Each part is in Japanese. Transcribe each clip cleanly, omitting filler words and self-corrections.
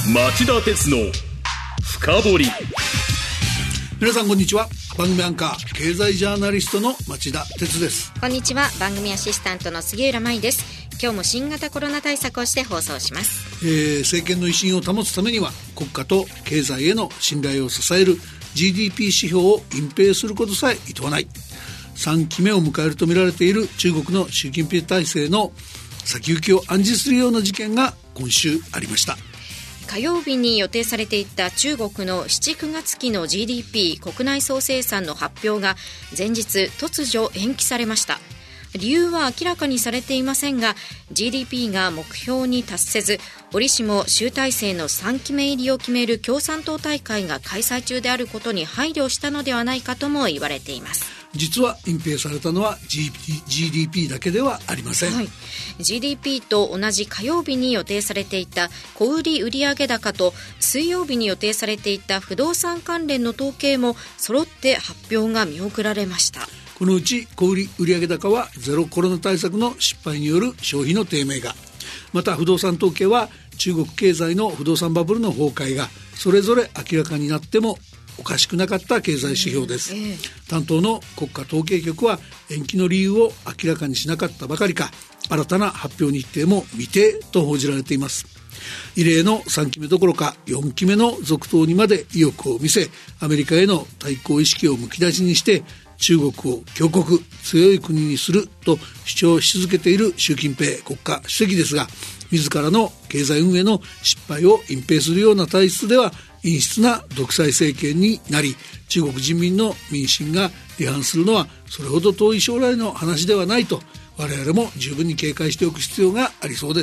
町田鉄の深掘り。 皆さんこんにちは。番組アンカー経済ジャーナリストの町田鉄です。 こんにちは。番組アシスタントの杉浦舞です。今日も新型コロナ対策をして放送します。 政権の威信を保つためには国家と経済への信頼を支える GDP 指標を隠蔽することさえ厭わない。3期目を迎えると見られている中国の習近平体制の先行きを暗示するような事件が今週ありました。 火曜日に予定されていた中国の7、9月期の GDP 国内総生産の発表が前日突如延期されました。理由は明らかにされていませんが GDP が目標に達せず、折しも習体制の3期目入りを決める共産党大会が開催中であることに配慮したのではないかとも言われています。 実は隠蔽されたのは GDP だけではありません、 GDP と同じ火曜日に予定されていた小売売上高と水曜日に予定されていた不動産関連の統計も揃って発表が見送られました。 このうち小売売上高はゼロコロナ対策の失敗による消費の低迷が、また不動産統計は中国経済の不動産バブルの崩壊がそれぞれ明らかになってもおかしくなかった経済指標です、担当の国家統計局は延期の理由を明らかにしなかったばかりか、新たな発表日程も未定と報じられています。異例の3期目どころか4期目の続投にまで意欲を見せ、アメリカへの対抗意識をむき出しにして中国を強国強い国にすると主張し続けている習近平国家主席ですが、自らの経済運営の失敗を隠蔽するような体質では陰湿な独裁政権になり、中国人民の民心が離反するのはそれほど遠い将来の話ではないと、我々も十分に警戒しておく必要がありそうです。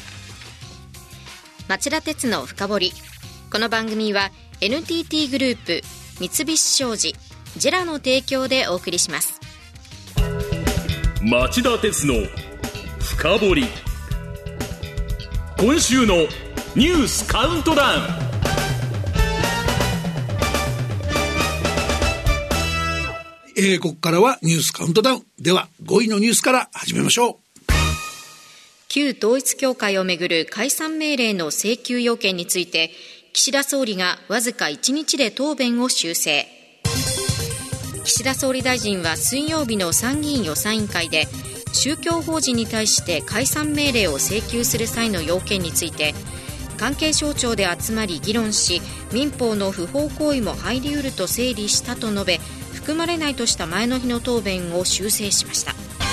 町田鉄の深掘り。この番組は NTT グループ、三菱商事、ジェラの提供でお送りします。 町田鉄の深掘り。今週のニュースカウントダウン。 ここからはニュースカウントダウン。では5位のニュースから始めましょう。 旧統一教会をめぐる解散命令の請求要件について、岸田総理がわずか1日で答弁を修正。岸田総理大臣は水曜日の参議院予算委員会で、宗教法人に対して解散命令を請求する際の要件について、関係省庁で集まり議論し、民法の不法行為も入りうると整理したと述べ、含まれないとした前の日の答弁を修正しました。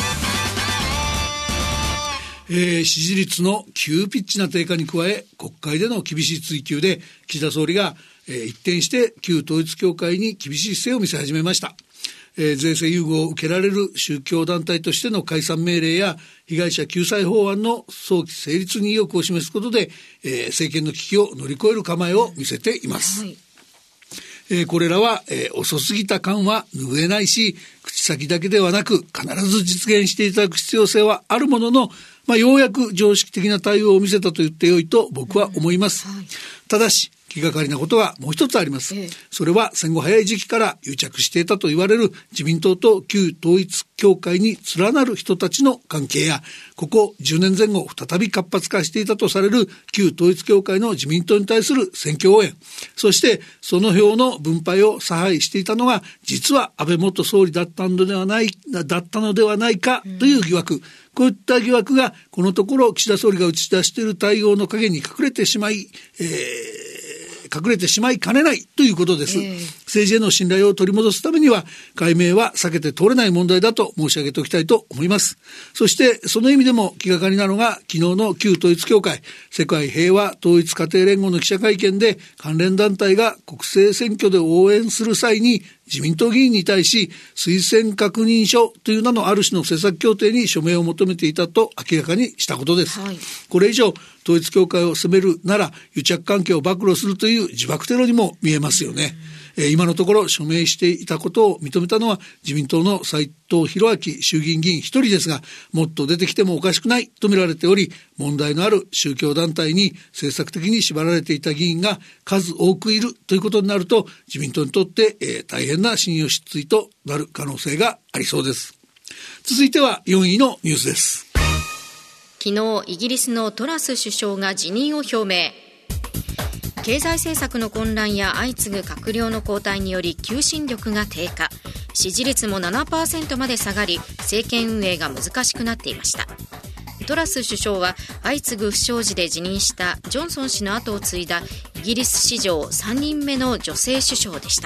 支持率の急ピッチな低下に加え、国会での厳しい追及で岸田総理が、一転して旧統一教会に厳しい姿勢を見せ始めました。税制優遇を受けられる宗教団体としての解散命令や被害者救済法案の早期成立に意欲を示すことで、政権の危機を乗り越える構えを見せています、これらは、遅すぎた感は拭えないし、口先だけではなく必ず実現していただく必要性はあるものの、ようやく常識的な対応を見せたと言ってよいと僕は思います、ただし気がかりなことがもう一つあります、それは戦後早い時期から癒着していたと言われる自民党と旧統一教会に連なる人たちの関係や、ここ10年前後再び活発化していたとされる旧統一教会の自民党に対する選挙応援、そしてその票の分配を差配していたのが実は安倍元総理だったのではないかという疑惑、こういった疑惑がこのところ岸田総理が打ち出している対応の陰に隠れてしまいかねないということです、政治への信頼を取り戻すためには解明は避けて通れない問題だと申し上げておきたいと思います。そしてその意味でも気がかりなのが、昨日の旧統一教会世界平和統一家庭連合の記者会見で、関連団体が国政選挙で応援する際に自民党議員に対し推薦確認書という名のある種の政策協定に署名を求めていたと明らかにしたことです、これ以上統一教会を責めるなら癒着関係を暴露するという自爆テロにも見えますよね、今のところ署名していたことを認めたのは自民党の斉藤裕明衆議院議員一人ですが、もっと出てきてもおかしくないと見られており、問題のある宗教団体に政策的に縛られていた議員が数多くいるということになると、自民党にとって、大変な信用失墜となる可能性がありそうです。続いては4位のニュースです。 昨日イギリスのトラス首相が辞任を表明。 経済政策の混乱や相次ぐ閣僚の交代により求心力が低下、支持率も 7% まで下がり、政権運営が難しくなっていました。トラス首相は相次ぐ不祥事で辞任したジョンソン氏の後を継いだイギリス史上3人目の女性首相でした。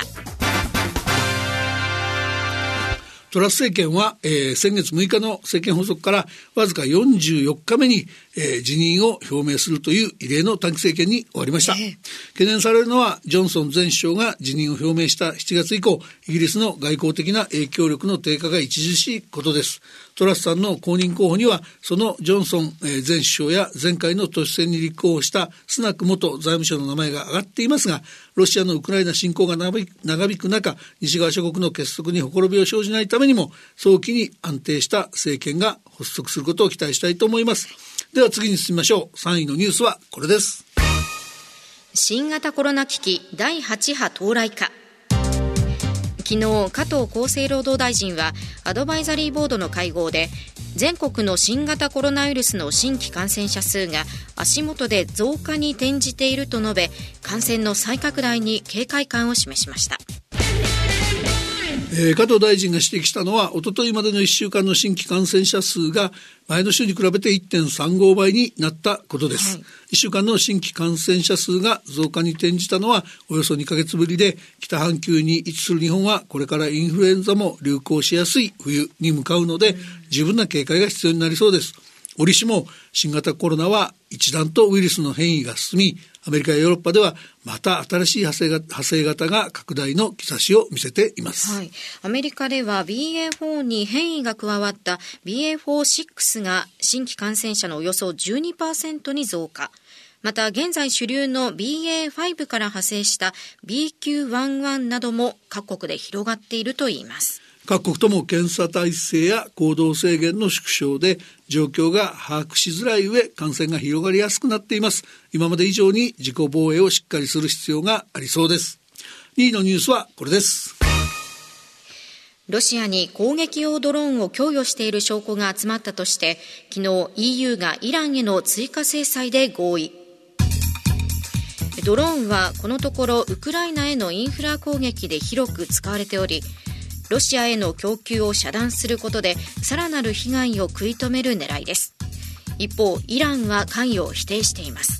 トラス政権は、先月6日の政権発足からわずか44日目に、辞任を表明するという異例の短期政権に終わりました。懸念されるのはジョンソン前首相が辞任を表明した7月以降、イギリスの外交的な影響力の低下が著しいことです。トラスさんの後任候補にはそのジョンソン前首相や前回の党首選に立候補したスナク元財務相の名前が挙がっていますが、ロシアのウクライナ侵攻が長引く中、西側諸国の結束にほころびを生じないためにも早期に安定した政権が発足することを期待したいと思います。では次に進みましょう。3位のニュースはこれです。 新型コロナ危機第8波到来か。昨日、加藤厚生労働大臣はアドバイザリーボードの会合で、全国の新型コロナウイルスの新規感染者数が足元で増加に転じていると述べ、感染の再拡大に警戒感を示しました。 加藤大臣が指摘したのは、おとといまでの1週間の新規感染者数が前の週に比べて 1.35 倍になったことです。1週間の新規感染者数が増加に転じたのはおよそ2ヶ月ぶりで、北半球に位置する日本はこれからインフルエンザも流行しやすい冬に向かうので、十分な警戒が必要になりそうです。折しも新型コロナは一段とウイルスの変異が進み、アメリカやヨーロッパではまた新しい派生型が拡大の兆しを見せています。 アメリカでは BA.4 に変異が加わった BA.4.6 が新規感染者のおよそ 12% に増加。また現在主流の BA.5 から派生した BQ.1.1 なども各国で広がっているといいます。 各国とも検査体制や行動制限の縮小で状況が把握しづらい上、感染が広がりやすくなっています。今まで以上に自己防衛をしっかりする必要がありそうです。2位のニュースはこれです。 ロシアに攻撃用ドローンを供与している証拠が集まったとして、昨日 EU がイランへの追加制裁で合意。ドローンはこのところウクライナへのインフラ攻撃で広く使われており、ロシアへの供給を遮断することでさらなる被害を食い止める狙いです。一方、イランは関与を否定しています。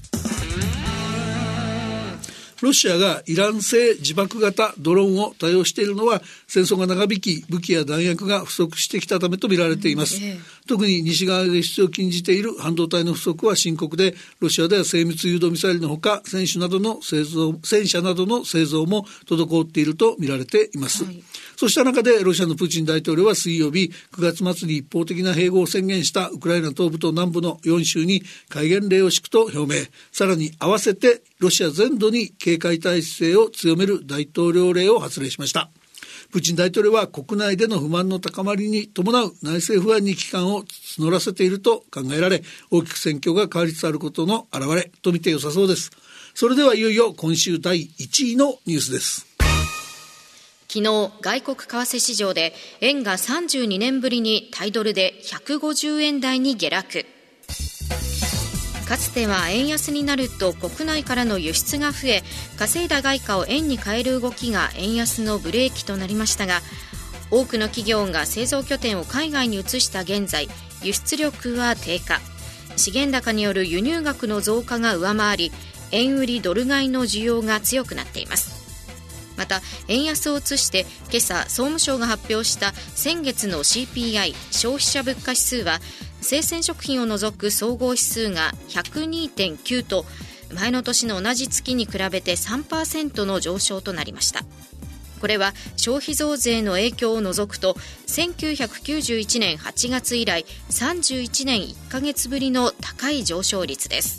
ロシアがイラン製自爆型ドローンを多用しているのは、戦争が長引き武器や弾薬が不足してきたためと見られています。特に西側が輸出を禁じている半導体の不足は深刻で、ロシアでは精密誘導ミサイルのほか戦車などの製造も滞っていると見られています。そうした中でロシアのプーチン大統領は水曜日、9月末に一方的な併合を宣言したウクライナ東部と南部の4州に戒厳令を敷くと表明。さらに合わせてロシア全土に警戒態勢を強める大統領令を発令しました。プーチン大統領は国内での不満の高まりに伴う内政不安に危機感を募らせていると考えられ、大きく戦況が変わりつつあることの表れと見て良さそうです。それではいよいよ今週第1位のニュースです。 昨日、外国為替市場で円が32年ぶりに対ドルで150円台に下落。かつては円安になると国内からの輸出が増え、稼いだ外貨を円に変える動きが円安のブレーキとなりましたが、多くの企業が製造拠点を海外に移した現在、輸出力は低下。資源高による輸入額の増加が上回り、円売りドル買いの需要が強くなっています。また円安を移して今朝総務省が発表した先月の CPI 消費者物価指数は、生鮮食品を除く総合指数が 102.9 と前の年の同じ月に比べて 3% の上昇となりました。これは消費増税の影響を除くと1991年8月以来31年1ヶ月ぶりの高い上昇率です。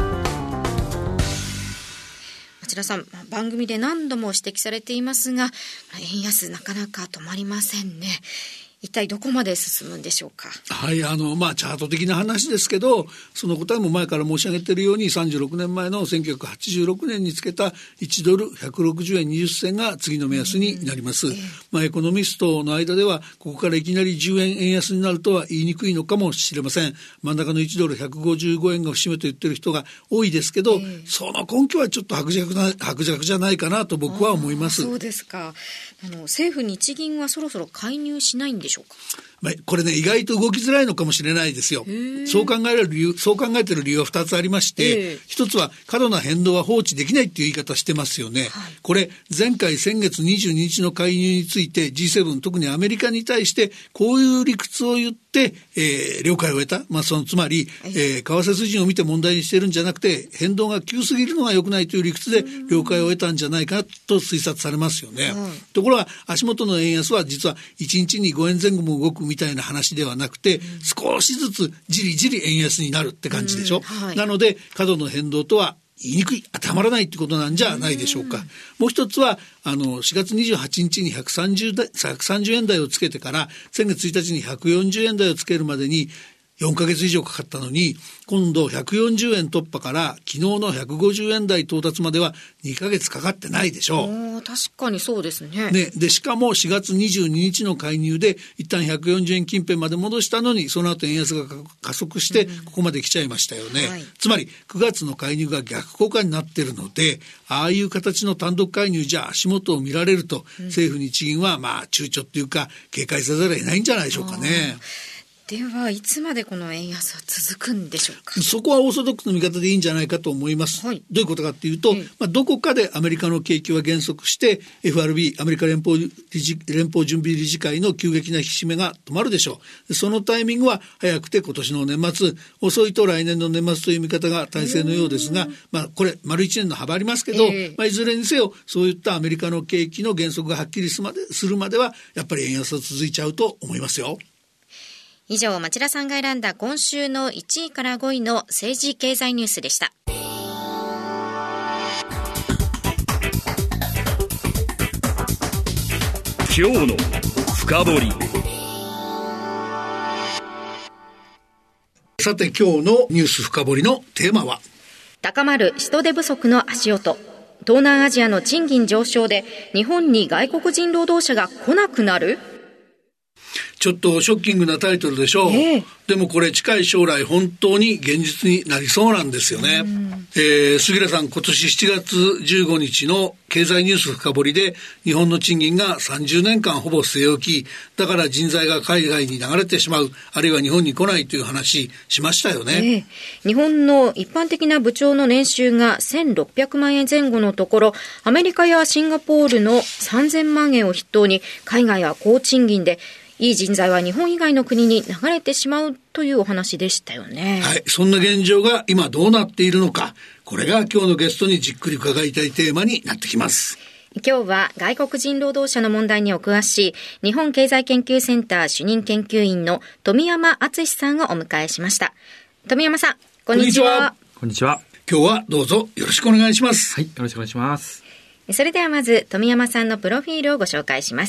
町田さん、番組で何度も指摘されていますが、円安なかなか止まりませんね。 一体どこまで進むんでしょうか。 はい、チャート的な話ですけど、その答えも前から申し上げているように、36年前の1986年につけた1ドル160円20銭が次の目安になります。エコノミストの間では、ここからいきなり10円円安になるとは言いにくいのかもしれません。真ん中の1ドル155円が節目と言ってる人が多いですけど、その根拠はちょっと薄弱じゃないかなと僕は思います。 そうですか。政府日銀はそろそろ介入しないんでしょうか。 これね、意外と動きづらいのかもしれないですよ。そう考えてる理由は2つありまして、一つは過度な変動は放置できないっていう言い方してますよね。これ先月22日の介入について G7 特にアメリカに対してこういう理屈を言って、了解を得た。つまり、為替水準を見て問題にしてるんじゃなくて、変動が急すぎるのが良くないという理屈で了解を得たんじゃないかと推察されますよね。ところが足元の円安は実は1日に5円前後も動くみたいな話ではなくて、少しずつじりじり円安になるって感じでしょ。なので過度の変動とは言いにくい、当てはまらないってことなんじゃないでしょうか。もう一つは4月28日に130円台をつけてから先月1日に140円台をつけるまでに4ヶ月以上かかったのに、今度140円突破から昨日の150円台到達までは2ヶ月かかってないでしょう。 確かにそうですね。 でしかも4月22日の介入で一旦140円近辺まで戻したのに、その後円安が加速してここまで来ちゃいましたよね。つまり9月の介入が逆効果になっているので、ああいう形の単独介入じゃ足元を見られると、政府日銀は躊躇っていうか警戒せざるを得ないんじゃないでしょうかね。 ではいつまでこの円安は続くんでしょうか。 そこはオーソドックスの見方でいいんじゃないかと思います。どういうことかっていうと、どこかでアメリカの景気は減速して FRB アメリカ連邦準備理事会の急激な引き締めが止まるでしょう。そのタイミングは早くて今年の年末、遅いと来年の年末という見方が大勢のようですが、これ丸1年の幅ありますけど、いずれにせよそういったアメリカの景気の減速がはっきりするまではやっぱり円安は続いちゃうと思いますよ。 以上、町田さんが選んだ今週の1位から5位の政治経済ニュースでした。 今日の深掘り。 さて今日のニュース深掘りのテーマは、 高まる人手不足の足音。東南アジアの賃金上昇で日本に外国人労働者が来なくなる？ ちょっとショッキングなタイトルでしょう。でもこれ近い将来本当に現実になりそうなんですよね。杉浦さん、今年7月15日の経済ニュース深掘りで、日本の賃金が30年間ほぼ据え置き、だから人材が海外に流れてしまう、あるいは日本に来ないという話しましたよね。 日本の一般的な部長の年収が1600万円前後のところ、アメリカやシンガポールの3000万円を筆頭に海外は高賃金で、いい人材は日本以外の国に流れてしまうというお話でしたよね。 はい、そんな現状が今どうなっているのか、これが今日のゲストにじっくり伺いたいテーマになってきます。 今日は外国人労働者の問題にお詳しい日本経済研究センター主任研究員の富山敦さんをお迎えしました。富山さん、こんにちは。 こんにちは。 今日はどうぞよろしくお願いします。 はい、よろしくお願いします。 それではまず富山さんのプロフィールをご紹介します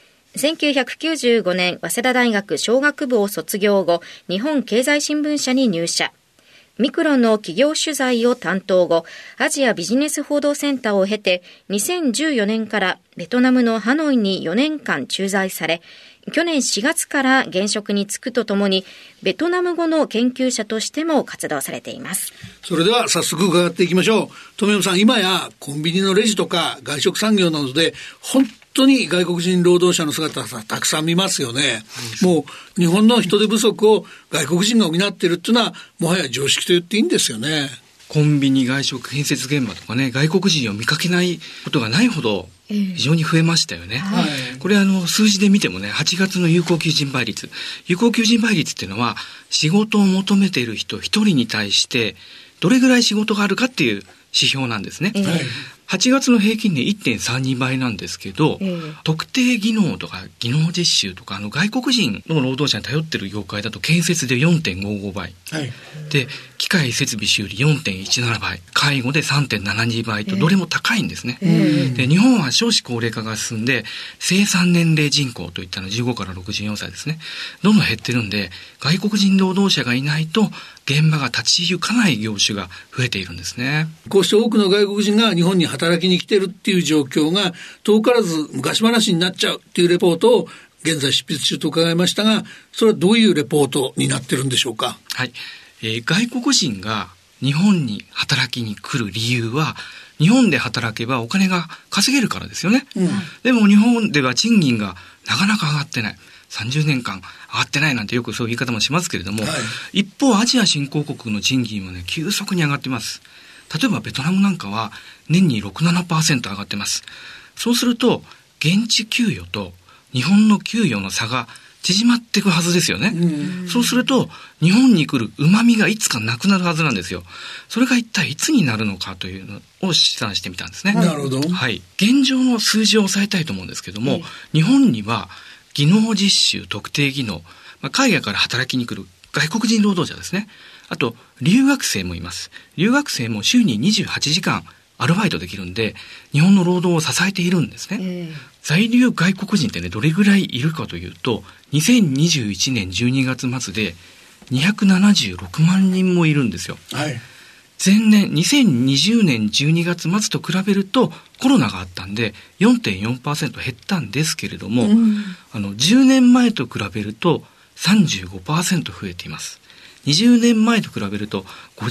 。1995年、早稲田大学商学部を卒業後、日本経済新聞社に入社。ミクロの企業取材を担当後、アジアビジネス報道センターを経て、2014年からベトナムのハノイに4年間駐在され、去年4月から現職に就くとともに、ベトナム語の研究者としても活動されています。 それでは早速伺っていきましょう。富山さん、今やコンビニのレジとか外食産業などで本当に外国人労働者の姿がたくさん見ますよね。もう日本の人手不足を外国人が補っているっていうのはもはや常識と言っていいんですよね。 コンビニ、外食、建設現場とかね、外国人を見かけないことがないほど非常に増えましたよね。これ数字で見てもね、8月の有効求人倍率っていうのは仕事を求めている人1人に対してどれぐらい仕事があるかっていう指標なんですね。 8月の平均で 1.32 倍なんですけど、特定技能とか技能実習とか外国人の労働者に頼ってる業界だと建設で 4.55 倍、で機械設備修理 4.17 倍、介護で 3.72 倍とどれも高いんですね。で日本は少子高齢化が進んで生産年齢人口といったの15から64歳ですね、どんどん減ってるんで外国人労働者がいないと現場が立ち行かない業種が増えているんですね。 こうして多くの外国人が日本に働きに来てるっていう状況が遠からず昔話になっちゃうっていうレポートを現在執筆中と伺いましたが、それはどういうレポートになってるんでしょうか。 はい、外国人が日本に働きに来る理由は日本で働けばお金が稼げるからですよね。でも日本では賃金がなかなか上がってない、30年間上がってないなんてよくそういう言い方もしますけれども、一方アジア新興国の賃金はね急速に上がっています。例えばベトナムなんかは年に 6-7% 上がってます。そうすると現地給与と日本の給与の差が縮まっていくはずですよね。そうすると日本に来る旨味がいつかなくなるはずなんですよ。それが一体いつになるのかというのを試算してみたんですね。 なるほど。 はい、現状の数字を抑えたいと思うんですけども、日本には技能実習特定技能、海外から働きに来る外国人労働者ですね。あと留学生もいます。留学生も週に28時間アルバイトできるんで日本の労働を支えているんですね。在留外国人ってねどれぐらいいるかというと2021年12月末で276万人もいるんですよ。前年2020年12月末と比べるとコロナがあったんで 4.4% 減ったんですけれども、10年前と比べると 35% 増えています。20年前と比べると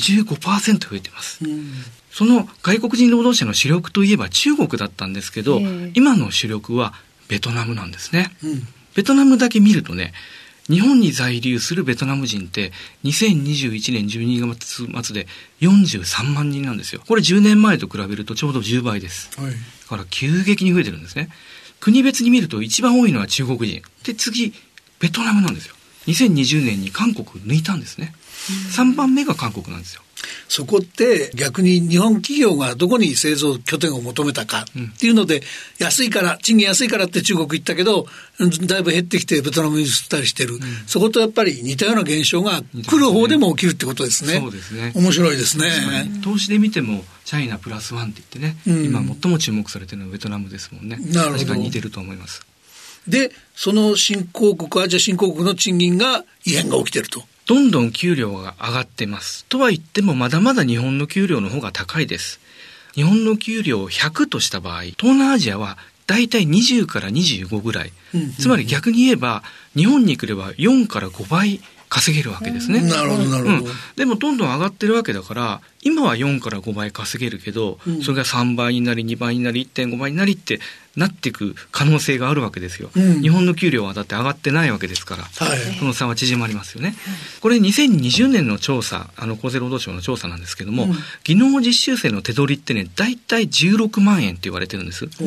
55% 増えています。その外国人労働者の主力といえば中国だったんですけど、今の主力はベトナムなんですね。ベトナムだけ見るとね、日本に在留するベトナム人って2021年12月末で43万人なんですよ。これ10年前と比べるとちょうど10倍です。だから急激に増えてるんですね。国別に見ると一番多いのは中国人で、次ベトナムなんですよ。2020年に韓国抜いたんですね。3番目が韓国なんですよ。 そこって逆に日本企業がどこに製造拠点を求めたかっていうので、安いから賃金安いからって中国行ったけどだいぶ減ってきてベトナムに移ったりしてる、そことやっぱり似たような現象が来る方でも起きるってことですね。 そうですね。 面白いですね。 投資で見てもチャイナプラスワンって言ってね、今最も注目されてるのはベトナムですもんね。確かに似てると思います。 でその新興国アジア新興国の賃金が異変が起きてると。 どんどん給料が上がってます。とは言ってもまだまだ日本の給料の方が高いです。日本の給料を100とした場合、東南アジアはだいたい20から25ぐらい、つまり逆に言えば日本に来れば4から5倍稼げるわけですね。 なるほどなるほど。 でもどんどん上がってるわけだから今は4から5倍稼げるけど、それが3倍になり2倍になり 1.5 倍になりってなっていく可能性があるわけですよ。日本の給料はだって上がってないわけですから、その差は縮まりますよね。これ2020年の調査、厚生労働省の調査なんですけども、技能実習生の手取りってねだいたい16万円って言われてるんです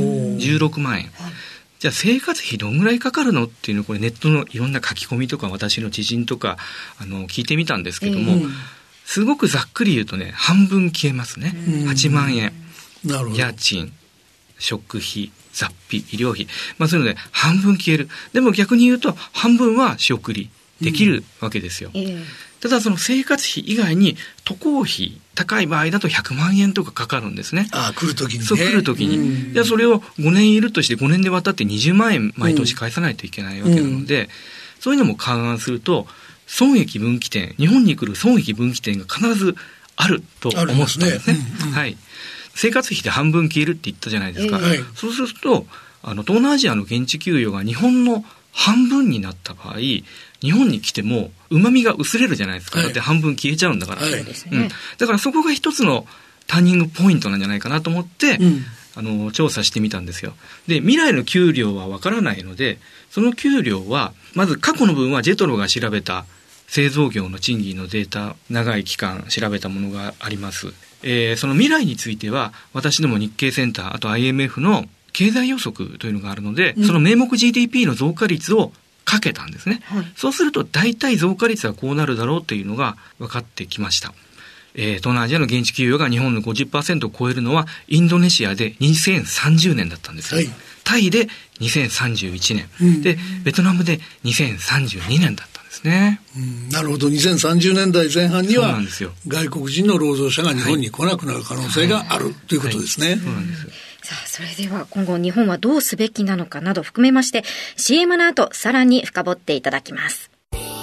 。16万円。じゃあ生活費どんぐらいかかるのっていうのをこれネットのいろんな書き込みとか私の知人とか聞いてみたんですけども、すごくざっくり言うとね半分消えますね。8万円。 なるほど。家賃、食費、雑費、医療費、そういうので半分消える。でも逆に言うと半分は仕送りできるわけですよ。ただその生活費以外に渡航費高い場合だと100万円とかかかるんですね。 来るときにね。 そう来るときに。じゃあそれを5年いるとして5年で渡って20万円毎年返さないといけないわけなので、そういうのも勘案すると損益分岐点、日本に来る損益分岐点が必ずあると思ったんですね。はい。生活費で半分消えるって言ったじゃないですか。そうすると東南アジアの現地給与が日本の半分になった場合、日本に来ても旨味が薄れるじゃないですか。だって半分消えちゃうんだから。だからそこが一つのターニングポイントなんじゃないかなと思って、調査してみたんですよ。で、未来の給料はわからないので、その給料はまず過去の分はジェトロが調べた製造業の賃金のデータ、長い期間調べたものがあります。その未来については私ども日経センター、あと IMF の経済予測というのがあるので、その名目 GDP の増加率をかけたんですね。そうすると大体増加率はこうなるだろうというのが分かってきました。 東南アジアの現地給与が日本の 50% を超えるのはインドネシアで2030年だったんですよ、はい、タイで2031年、でベトナムで2032年だったんですね、 なるほど。2030年代前半には外国人の労働者が日本に来なくなる可能性がある、ということですね、 そうなんです。さあ、それでは今後日本はどうすべきなのかなど含めまして CM の後さらに深掘っていただきます。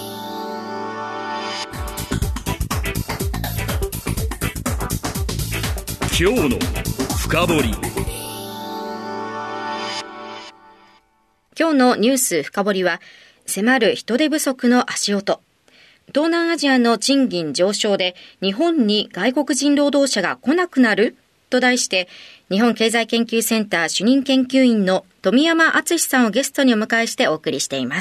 今日の深掘り。 今日のニュース深掘りは、迫る人手不足の足音。東南アジアの賃金上昇で日本に外国人労働者が来なくなると題して、日本経済研究センター主任研究員の富山敦さんをゲストにお迎えしてお送りしています。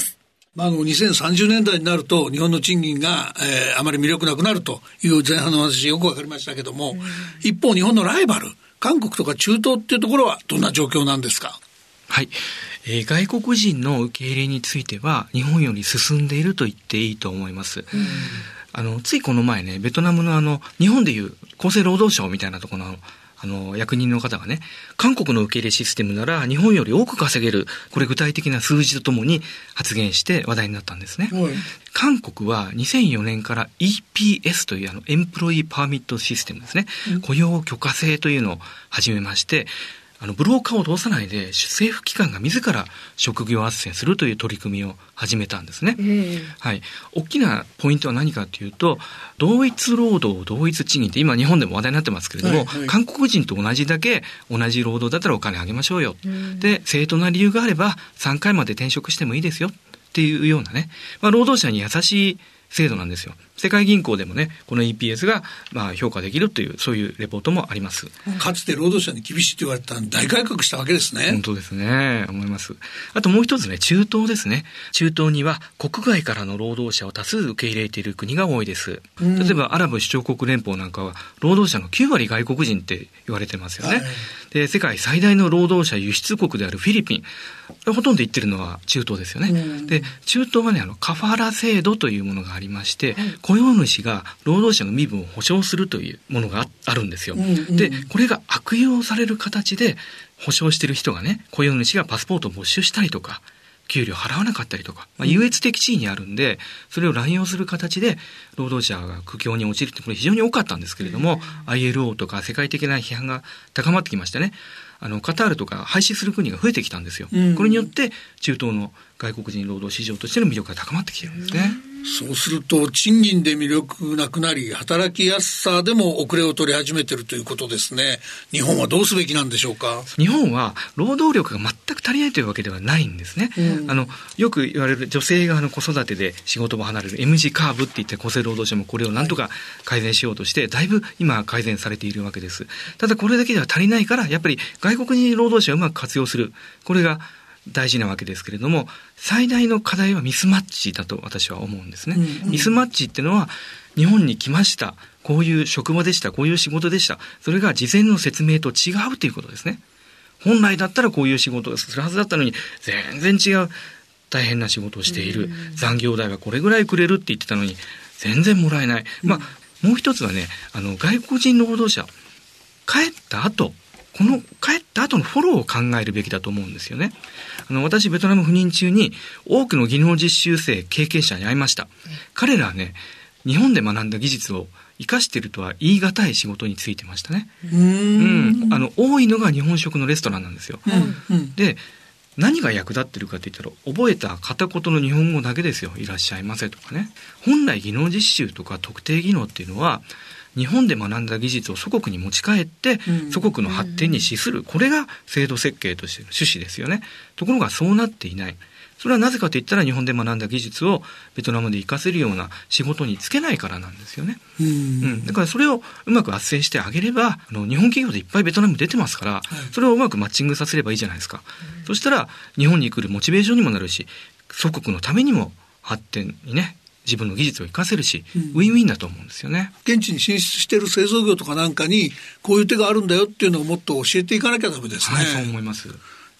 2030年代になると日本の賃金が、あまり魅力なくなるという前半の話よくわかりましたけども、一方日本のライバル韓国とか中東っていうところはどんな状況なんですか？ はい、外国人の受け入れについては日本より進んでいると言っていいと思います。ついこの前ね、ベトナムの日本でいう厚生労働省みたいなところの役人の方がね、韓国の受け入れシステムなら日本より多く稼げる、これ具体的な数字とともに発言して話題になったんですね。韓国は2004年から EPS というエンプロイーパーミットシステムですね、雇用許可制というのを始めまして、ブローカーを通さないで政府機関が自ら職業斡旋するという取り組みを始めたんですね、はい、大きなポイントは何かというと、同一労働同一賃金って今日本でも話題になってますけれども、韓国人と同じだけ同じ労働だったらお金あげましょうよ、で正当な理由があれば3回まで転職してもいいですよっていうようなね、労働者に優しい制度なんですよ。世界銀行でもね、この EPS が評価できるという、そういうレポートもあります。 かつて労働者に厳しいと言われたのに大改革したわけですね。 本当ですね、思います。あともう一つね、中東ですね。中東には国外からの労働者を多数受け入れている国が多いです。例えばアラブ首長国連邦なんかは労働者の9割外国人って言われてますよね、で世界最大の労働者輸出国であるフィリピン、ほとんど言ってるのは中東ですよね、で中東はね、カファラ制度というものがありまして、雇用主が労働者の身分を保障するというものがあるんですよ、でこれが悪用される形で保障している人がね、雇用主がパスポートを没収したりとか給料払わなかったりとか、優越的地位にあるんで、それを乱用する形で労働者が苦境に陥るって、これ非常に多かったんですけれども、ILO とか世界的な批判が高まってきましてね、カタールとか廃止する国が増えてきたんですよ、これによって中東の外国人労働市場としての魅力が高まってきてるんですね。 そうすると賃金で魅力なくなり、働きやすさでも遅れを取り始めているということですね。日本はどうすべきなんでしょうか？ 日本は労働力が全く足りないというわけではないんですね、よく言われる女性が子育てで仕事も離れる M 字カーブって言って、厚生労働省もこれをなんとか改善しようとして、だいぶ今改善されているわけです。ただこれだけでは足りないから、やっぱり外国人労働者をうまく活用する、これが大事なわけですけれども、最大の課題はミスマッチだと私は思うんですね、ミスマッチっていうのは、日本に来ました、こういう職場でした、こういう仕事でした、それが事前の説明と違うということですね。本来だったらこういう仕事をするはずだったのに全然違う大変な仕事をしている、残業代はこれぐらいくれるって言ってたのに全然もらえない、もう一つはね、外国人労働者帰った後のフォローを考えるべきだと思うんですよね。私ベトナム赴任中に多くの技能実習生経験者に会いました。彼らはね、日本で学んだ技術を生かしているとは言い難い仕事についてましたね。多いのが日本食のレストランなんですよ、で何が役立ってるかといったら、覚えた片言の日本語だけですよ。いらっしゃいませとかね。本来技能実習とか特定技能っていうのは、日本で学んだ技術を祖国に持ち帰って祖国の発展に資する、これが制度設計としての趣旨ですよね。ところがそうなっていない。それはなぜかといったら、日本で学んだ技術をベトナムで活かせるような仕事に就けないからなんですよね。だからそれをうまく斡旋してあげれば、日本企業でいっぱいベトナム出てますから、それをうまくマッチングさせればいいじゃないですか。そしたら日本に来るモチベーションにもなるし、祖国のためにも発展にね、自分の技術を活かせるし、ウィンウィンだと思うんですよね。 現地に進出している製造業とかなんかにこういう手があるんだよっていうのをもっと教えていかなきゃダメですね。 そう思います。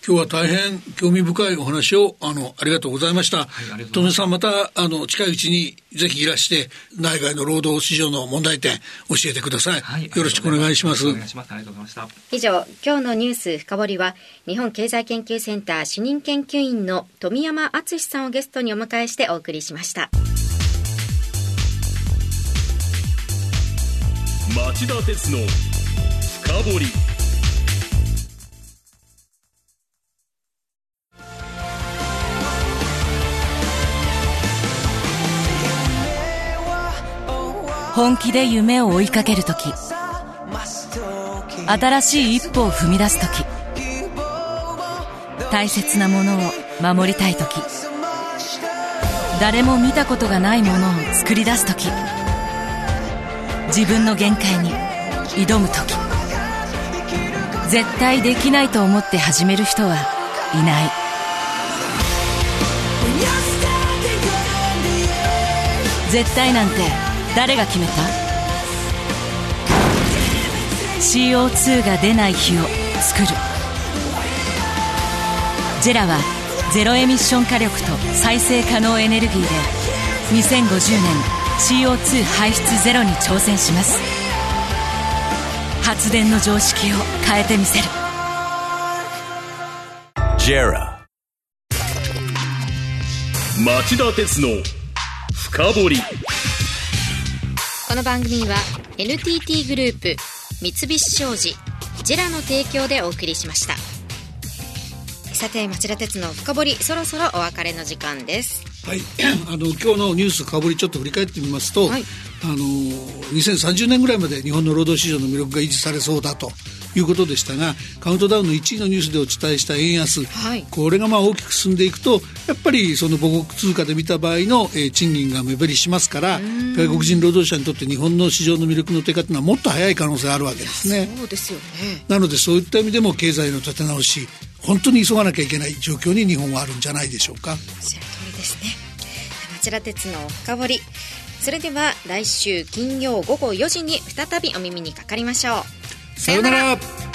今日は大変興味深いお話をありがとうございました。富田さん、また近いうちにぜひいらして内外の労働市場の問題点教えてください。よろしくお願いします。 以上、今日のニュース深掘りは日本経済研究センター主任研究員の富山敦さんをゲストにお迎えしてお送りしました。 町田鉄の深掘り。 本気で夢を追いかけるとき、新しい一歩を踏み出すとき、大切なものを守りたいとき、誰も見たことがないものを作り出すとき、自分の限界に挑むとき、絶対できないと思って始める人はいない。絶対なんて誰が決めた？ CO2 が出ない日を作る。ジェラはゼロエミッション火力と再生可能エネルギーで2050年 CO2 排出ゼロに挑戦します。発電の常識を変えてみせる。 ジェラ、町田鉄の深掘り。 この番組は NTT グループ、三菱商事、ジェラの提供でお送りしました。さて、町田鉄の深掘り、そろそろお別れの時間です。 はい、今日のニュース深掘りちょっと振り返ってみますと、2030年ぐらいまで日本の労働市場の魅力が維持されそうだということでしたが、カウントダウンの1位のニュースでお伝えした円安、これが大きく進んでいくと、やっぱりその母国通貨で見た場合の、賃金が目減りしますから、外国人労働者にとって日本の市場の魅力の低下というのはもっと早い可能性があるわけですね。 そうですよね。 なのでそういった意味でも経済の立て直し、本当に急がなきゃいけない状況に日本はあるんじゃないでしょうか。 おっしゃる通りですね。町田鉄の深掘り、それでは来週金曜午後4時に再びお耳にかかりましょう。 さようなら。